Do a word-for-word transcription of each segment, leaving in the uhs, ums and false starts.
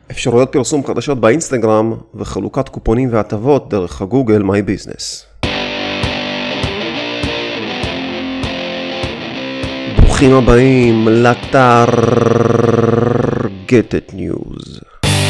אפשרויות פרסום חדשות באינסטגרם וחלוקת קופונים והטבות דרך הגוגל My Business. ברוכים הבאים לטרגטד ניוז.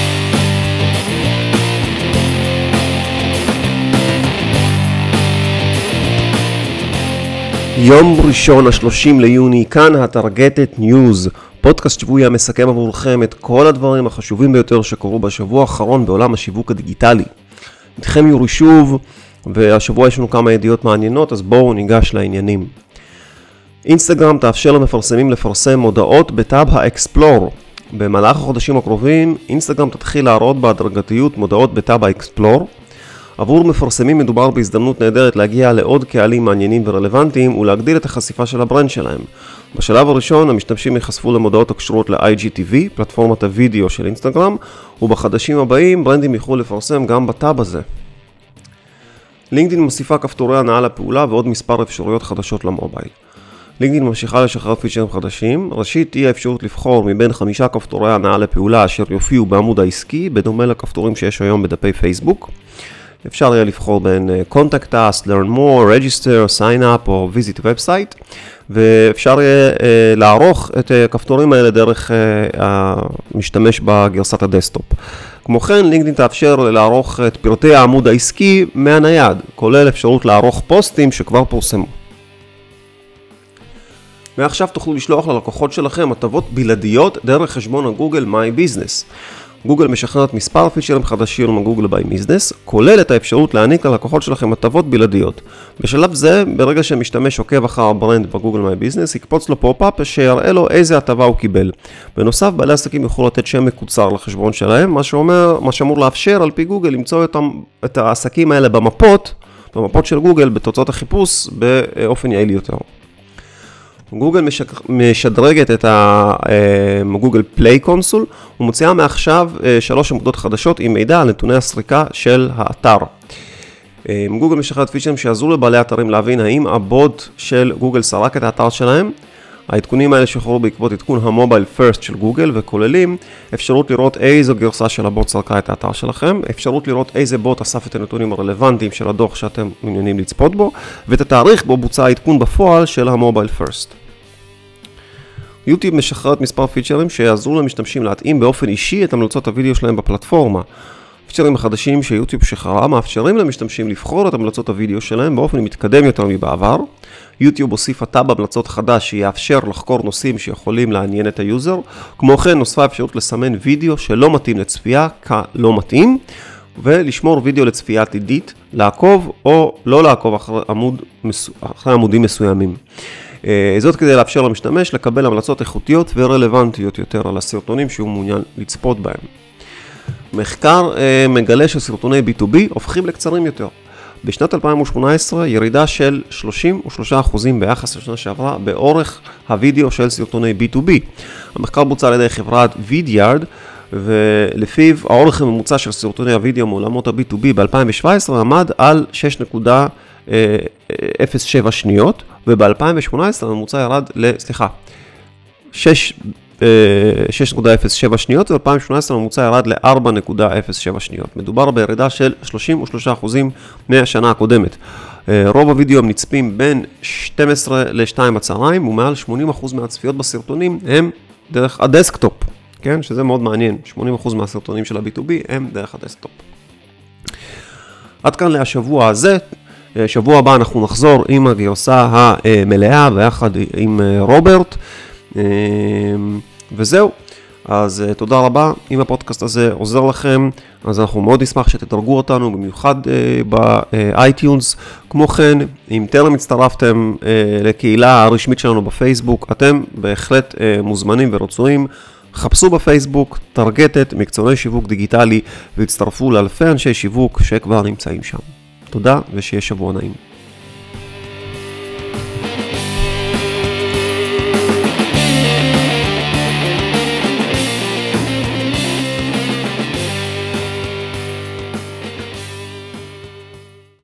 יום ראשון השלושים ליוני, כאן הטרגטד ניוז, פודקאסט שבועי המסכם עבורכם את כל הדברים החשובים ביותר שקורו בשבוע האחרון בעולם השיווק הדיגיטלי. איתכם יורי שוב, והשבוע יש לנו כמה ידיעות מעניינות, אז בואו ניגש לעניינים. אינסטגרם תאפשר למפרסמים לפרסם מודעות בטאב האקספלור. במהלך החודשים הקרובים, אינסטגרם תתחיל להראות בהדרגתיות מודעות בטאב האקספלור. עבור מפרסמים מדובר בהזדמנות נהדרת להגיע לעוד קהלים מעניינים ורלוונטיים ולהגדיל את החשיפה של הברנד שלהם. בשלב הראשון המשתמשים ייחשפו למודעות הקשורות ל-איי ג'י טי וי, פלטפורמת הוידאו של אינסטגרם, ובחדשים הבאים ברנדים יוכלו לפרסם גם בטאב הזה. לינקדאין מוסיפה כפתורי הנעה לפעולה ועוד מספר אפשרויות חדשות למובייל. לינקדאין ממשיכה לשחרר פיצ'רים חדשים. ראשית תהיה אפשרות לבחור מבין חמישה כפתורי הנעה לפעולה אשר יופיעו בעמוד העסקי, בדומה לכפתורים שיש היום בדפי פייסבוק. אפשר יהיה לבחור בין Contact Us, Learn More, Register, Sign Up או Visit Website, ואפשר יהיה לערוך את הכפתורים האלה דרך המשתמש בגרסת הדסטופ. כמו כן, לינקדאין תאפשר לערוך את פרטי העמוד העסקי מהנייד, כולל אפשרות לערוך פוסטים שכבר פורסמו. ועכשיו תוכלו לשלוח ללקוחות שלכם הטבות בלעדיות דרך חשבון הגוגל My Business. גוגל משחררת מספר פיצ'רים חדשים מגוגל ביי ביזנס, כולל את האפשרות להעניק ללקוחות שלכם הטבות בלעדיות. בשלב זה, ברגע שמשתמש עוקב אחר הברנד בגוגל מיי ביזנס, יקפוץ לו פופ-אפ שיראה לו איזה הטבה הוא קיבל. בנוסף, בעלי עסקים יוכלו לתת שם מקוצר לחשבון שלהם, מה שאומר, מה שאמור לאפשר על פי גוגל למצוא אותם, את העסקים האלה במפות, במפות של גוגל, בתוצאות החיפוש באופן יעיל יותר. גוגל משדרגת את הגוגל פליי קונסול ומוציאה מעכשיו שלוש עמודות חדשות עם מידע על נתוני הסריקה של האתר. גוגל משחררת פיצ'רים שיעזרו לבעלי אתרים להבין האם הבוט של גוגל סרק את האתר שלהם. העדכונים האלה שוחררו בעקבות עדכון המובייל פרסט של גוגל וכוללים אפשרות לראות איזו גרסה של הבוט סרקה את האתר שלכם, אפשרות לראות איזה בוט אסף את הנתונים הרלוונטיים של הדוח שאתם מעוניינים לצפות בו, ואת התאריך בו בוצע העדכון בפועל של המובייל פרסט. יוטיוב משחררת מספר פיצ'רים שיעזרו למשתמשים להתאים באופן אישי את המלצות הוידאו שלהם בפלטפורמה. הפיצ'רים החדשים שיוטיוב שחררה מאפשרים למשתמשים לבחור את המלצות הוידאו שלהם באופן מתקדם יותר מבעבר. יוטיוב הוסיפה טאב המלצות חדש שיאפשר לחקור נושאים שיכולים לעניין את היוזר. כמו כן נוספה אפשרות לסמן וידאו שלא מתאים לצפייה כלא מתאים, ולשמור וידאו לצפייה עתידית, לעקוב או לא לעקוב אחרי, עמוד, אחרי עמודים מסוימים. זאת כדי לאפשר למשתמש לקבל המלצות איכותיות ורלוונטיות יותר על הסרטונים שהוא מעוניין לצפות בהם. מחקר מגלה שסרטוני בי טו בי הופכים לקצרים יותר. בשנת אלפיים שמונה עשרה ירידה של שלושים ושלושה אחוזים ביחס לשנה שעברה באורך הוידאו של סרטוני בי טו בי. המחקר בוצע על ידי חברת וידיארד, ולפיו האורך הממוצע של סרטוני הוידאו מעולמות ה-בי טו בי ב-אלפיים שבע עשרה עמד על שש נקודה אפס שבע שניות, וב-אלפיים שמונה עשרה הממוצע ירד ל... סליחה, שש נקודה אפס שבע שניות, וב-אלפיים שמונה עשרה הממוצע ירד ל-ארבע נקודה אפס שבע שניות. מדובר בירידה של שלושים ושלושה אחוזים מהשנה הקודמת. רוב הוידאו הם נצפים בין שתים עשרה לשתיים בצהריים, ומעל שמונים אחוז מהצפיות בסרטונים הם דרך הדסקטופ, כן? שזה מאוד מעניין. שמונים אחוז מהסרטונים של ה-בי טו בי הם דרך הדסקטופ. עד כאן להשבוע הזה. שבוע הבא אנחנו נחזור עם הגרסה המלאה ויחד עם רוברט, וזהו. אז תודה רבה. אם הפודקאסט הזה עוזר לכם, אז אנחנו מאוד נשמח שתדרגו אותנו, במיוחד באייטיונס. כמו כן, אם טרם הצטרפתם לקהילה הרשמית שלנו בפייסבוק, אתם בהחלט מוזמנים ורצויים. חפשו בפייסבוק טרגטד מקצועני שיווק דיגיטלי והצטרפו לאלפי אנשי שיווק שכבר נמצאים שם. תודה ושיהיה שבוע נעים.